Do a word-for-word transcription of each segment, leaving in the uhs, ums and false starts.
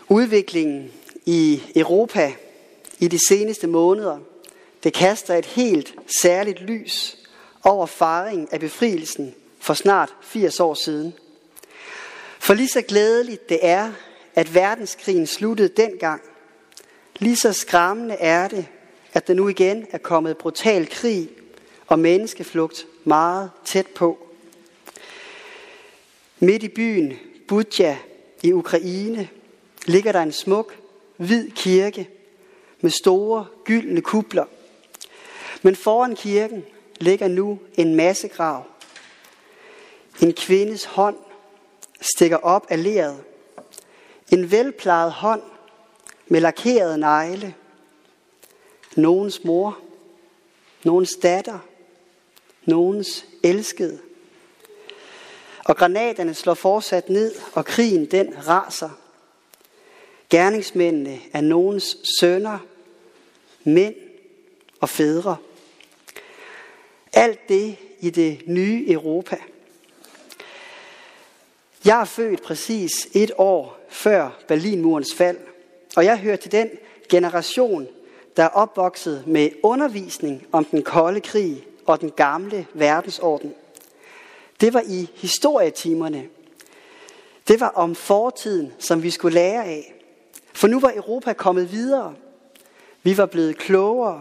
Udviklingen i Europa i de seneste måneder, det kaster et helt særligt lys over fejringen af befrielsen for snart firs år siden. For lige så glædeligt det er, at verdenskrigen sluttede dengang, lige så skræmmende er det, at der nu igen er kommet brutal krig og menneskeflugt meget tæt på. Midt i byen Bucha i Ukraine ligger der en smuk, hvid kirke med store, gyldne kupler. Men foran kirken ligger nu en massegrav. En kvindes hånd stikker op af leret. En velplejet hånd med lakerede negle. Nogens mor, nogens datter, nogens elskede. Og granaterne slår fortsat ned, og krigen den raser. Gerningsmændene er nogens sønner, mænd og fædre. Alt det i det nye Europa. Jeg er født præcis et år før Berlinmurens fald, og jeg hører til den generation, der er opvokset med undervisning om den kolde krig og den gamle verdensorden. Det var i historietimerne. Det var om fortiden, som vi skulle lære af. For nu var Europa kommet videre. Vi var blevet klogere.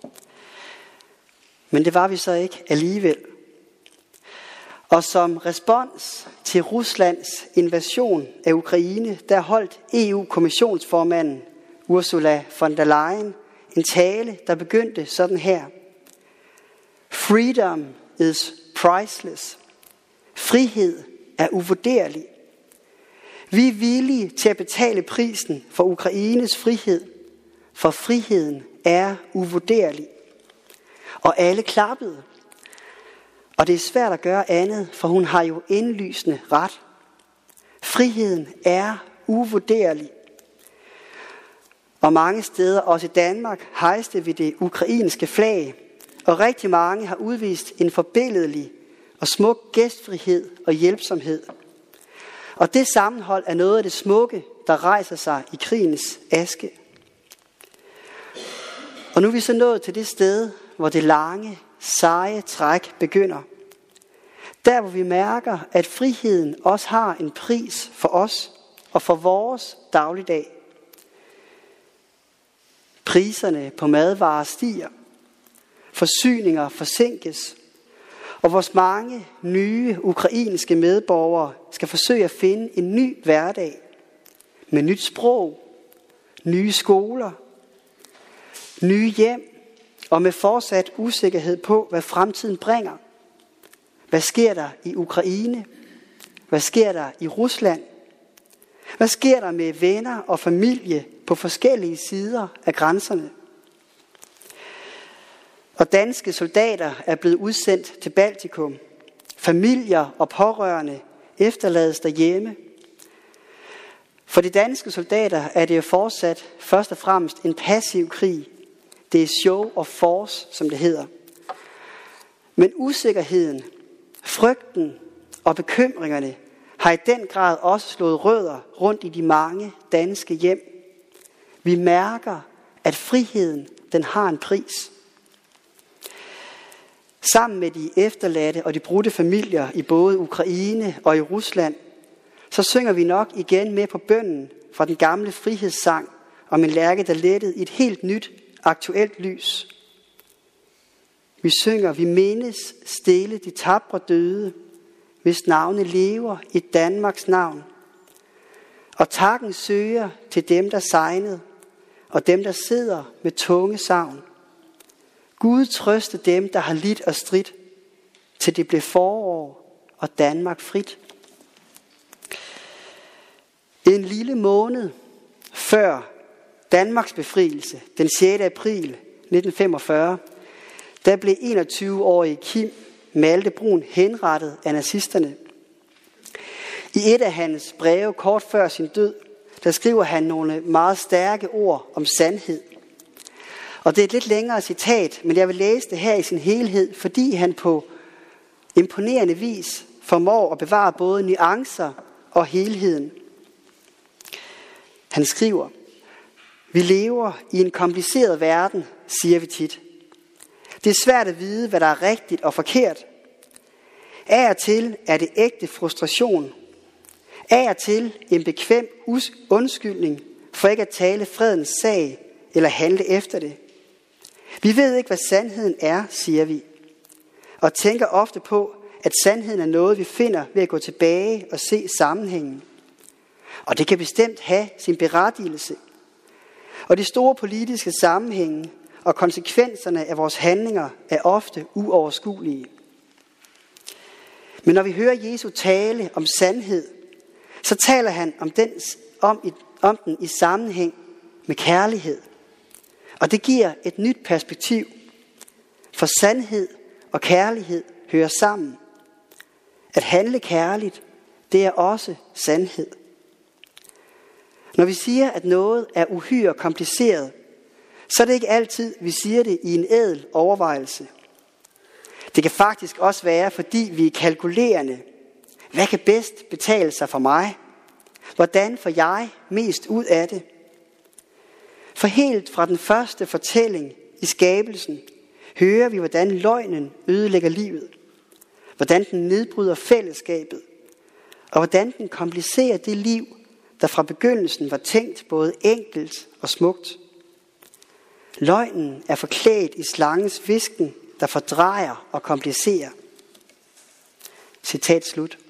Men det var vi så ikke alligevel. Og som respons til Ruslands invasion af Ukraine, der holdt E U-kommissionsformanden Ursula von der Leyen en tale, der begyndte sådan her. Freedom is priceless. Frihed er uvurderlig. Vi er villige til at betale prisen for Ukraines frihed, for friheden er uvurderlig. Og alle klappede. Og det er svært at gøre andet, for hun har jo indlysende ret. Friheden er uvurderlig. Og mange steder, også i Danmark, hejste vi det ukrainske flag. Og rigtig mange har udvist en forbilledlig og smuk gæstfrihed og hjælpsomhed. Og det sammenhold er noget af det smukke, der rejser sig i krigens aske. Og nu er vi så nået til det sted, hvor det lange, seje træk begynder. Der hvor vi mærker, at friheden også har en pris for os og for vores dagligdag. Priserne på madvarer stiger. Forsyninger forsinkes. Og vores mange nye ukrainske medborgere skal forsøge at finde en ny hverdag. Med nyt sprog, nye skoler, nye hjem og med fortsat usikkerhed på, hvad fremtiden bringer. Hvad sker der i Ukraine? Hvad sker der i Rusland? Hvad sker der med venner og familie på forskellige sider af grænserne? Og danske soldater er blevet udsendt til Baltikum. Familier og pårørende efterlades derhjemme. For de danske soldater er det jo fortsat først og fremmest en passiv krig. Det er show of force, som det hedder. Men usikkerheden, frygten og bekymringerne har i den grad også slået rødder rundt i de mange danske hjem. Vi mærker, at friheden den har en pris. Sammen med de efterladte og de brudte familier i både Ukraine og i Rusland, så synger vi nok igen med på bønnen fra den gamle frihedssang om en lærke, der lettede i et helt nyt, aktuelt lys. Vi synger, vi mindes stille de tapre døde, hvis navne lever i Danmarks navn. Og takken søger til dem, der sejnede, og dem, der sidder med tunge savn. Gud trøste dem, der har lidt og stridt, til det blev forår og Danmark frit. En lille måned før Danmarks befrielse, den sjette april nitten femogfyrre, der blev enogtyve-årige Kim Malte Bruun henrettet af nazisterne. I et af hans breve kort før sin død, der skriver han nogle meget stærke ord om sandhed. Og det er et lidt længere citat, men jeg vil læse det her i sin helhed, fordi han på imponerende vis formår at bevare både nuancer og helheden. Han skriver, vi lever i en kompliceret verden, siger vi tit. Det er svært at vide, hvad der er rigtigt og forkert. Af og til er det ægte frustration. Af og til en bekvem undskyldning for ikke at tale fredens sag eller handle efter det. Vi ved ikke, hvad sandheden er, siger vi, og tænker ofte på, at sandheden er noget, vi finder ved at gå tilbage og se sammenhængen. Og det kan bestemt have sin berettigelse. Og de store politiske sammenhænge og konsekvenserne af vores handlinger er ofte uoverskuelige. Men når vi hører Jesus tale om sandhed, så taler han om den, om, om den i sammenhæng med kærlighed. Og det giver et nyt perspektiv. For sandhed og kærlighed hører sammen. At handle kærligt, det er også sandhed. Når vi siger, at noget er uhyre kompliceret, så er det ikke altid, vi siger det i en ædel overvejelse. Det kan faktisk også være, fordi vi er kalkulerende. Hvad kan bedst betale sig for mig? Hvordan får jeg mest ud af det? For helt fra den første fortælling i skabelsen, hører vi, hvordan løgnen ødelægger livet. Hvordan den nedbryder fællesskabet. Og hvordan den komplicerer det liv, der fra begyndelsen var tænkt både enkelt og smukt. Løgnen er forklædt i slangens hvisken, der fordrejer og komplicerer. Citat slut.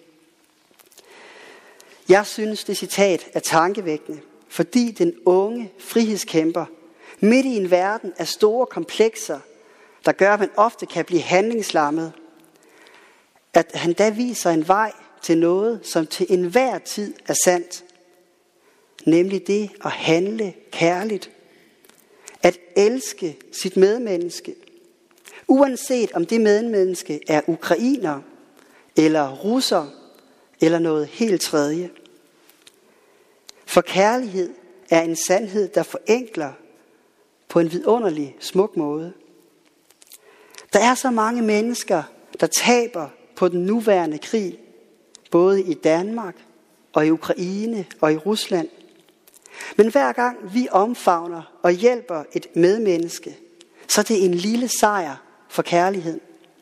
Jeg synes, det citat er tankevækkende, fordi den unge frihedskæmper midt i en verden af store komplekser, der gør, at man ofte kan blive handlingslammet, at han da viser en vej til noget, som til enhver tid er sandt. Nemlig det at handle kærligt. At elske sit medmenneske. Uanset om det medmenneske er ukrainer, eller russer, eller noget helt tredje. For kærlighed er en sandhed, der forenkler på en vidunderlig smuk måde. Der er så mange mennesker, der taber på den nuværende krig, både i Danmark og i Ukraine og i Rusland. Men hver gang vi omfavner og hjælper et medmenneske, så er det en lille sejr for kærligheden.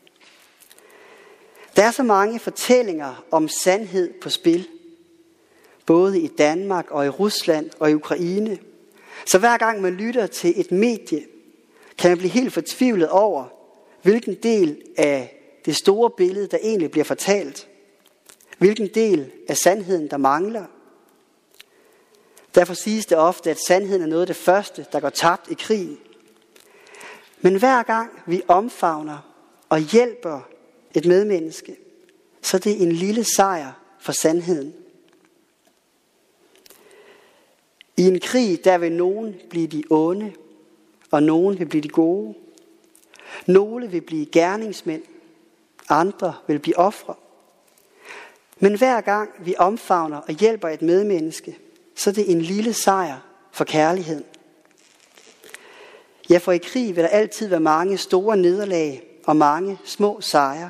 Der er så mange fortællinger om sandhed på spil, både i Danmark og i Rusland og i Ukraine. Så hver gang man lytter til et medie, kan man blive helt fortvivlet over, hvilken del af det store billede, der egentlig bliver fortalt. Hvilken del af sandheden, der mangler. Derfor siges det ofte, at sandheden er noget af det første, der går tabt i krig. Men hver gang vi omfavner og hjælper et medmenneske, så er det en lille sejr for sandheden. I en krig, der vil nogen blive de onde, og nogen vil blive de gode. Nogle vil blive gerningsmænd, andre vil blive ofre. Men hver gang vi omfavner og hjælper et medmenneske, så er det en lille sejr for kærligheden. Ja, for i krig vil der altid være mange store nederlag og mange små sejre.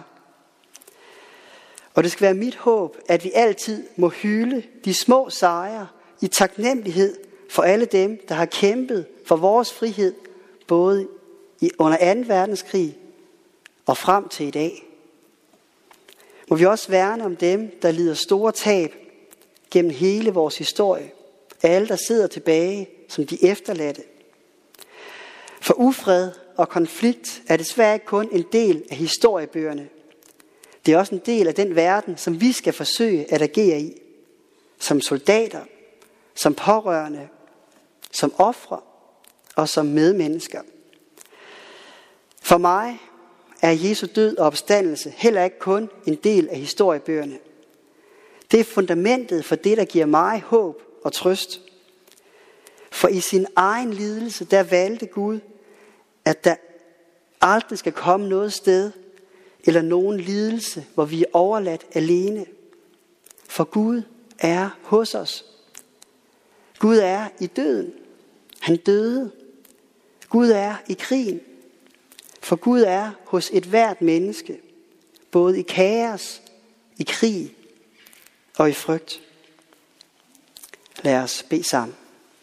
Og det skal være mit håb, at vi altid må hylde de små sejre i taknemmelighed for alle dem, der har kæmpet for vores frihed, både under anden verdenskrig og frem til i dag. Må vi også værne om dem, der lider store tab gennem hele vores historie. Alle, der sidder tilbage som de efterladte. For ufred og konflikt er desværre ikke kun en del af historiebøgerne. Det er også en del af den verden, som vi skal forsøge at agere i. Som soldater, som pårørende, som ofre og som medmennesker. For mig er Jesu død og opstandelse heller ikke kun en del af historiebøgerne. Det er fundamentet for det, der giver mig håb og trøst. For i sin egen lidelse, der valgte Gud, at der aldrig skal komme noget sted, eller nogen lidelse, hvor vi er overladt alene. For Gud er hos os. Gud er i døden. Han døde. Gud er i krigen. For Gud er hos et hvert menneske, både i kaos, i krig og i frygt. Lad os bede sammen.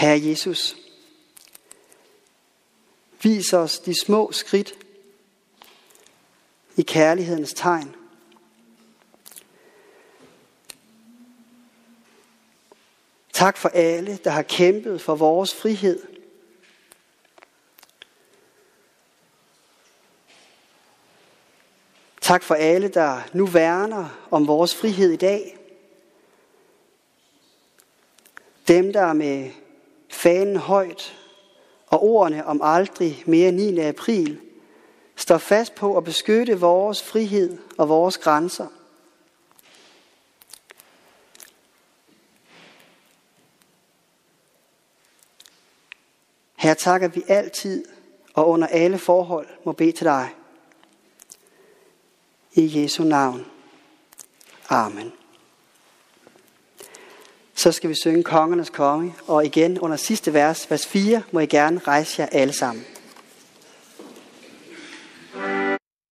Herre Jesus, vis os de små skridt i kærlighedens tegn. Tak for alle, der har kæmpet for vores frihed. Tak for alle, der nu værner om vores frihed i dag. Dem, der med fanen højt og ordene om aldrig mere niende april står fast på at beskytte vores frihed og vores grænser. Her takker vi altid og under alle forhold må bede til dig. I Jesu navn. Amen. Så skal vi synge Kongernes Konge, og igen under sidste vers, vers fire, må I gerne rejse jer alle sammen.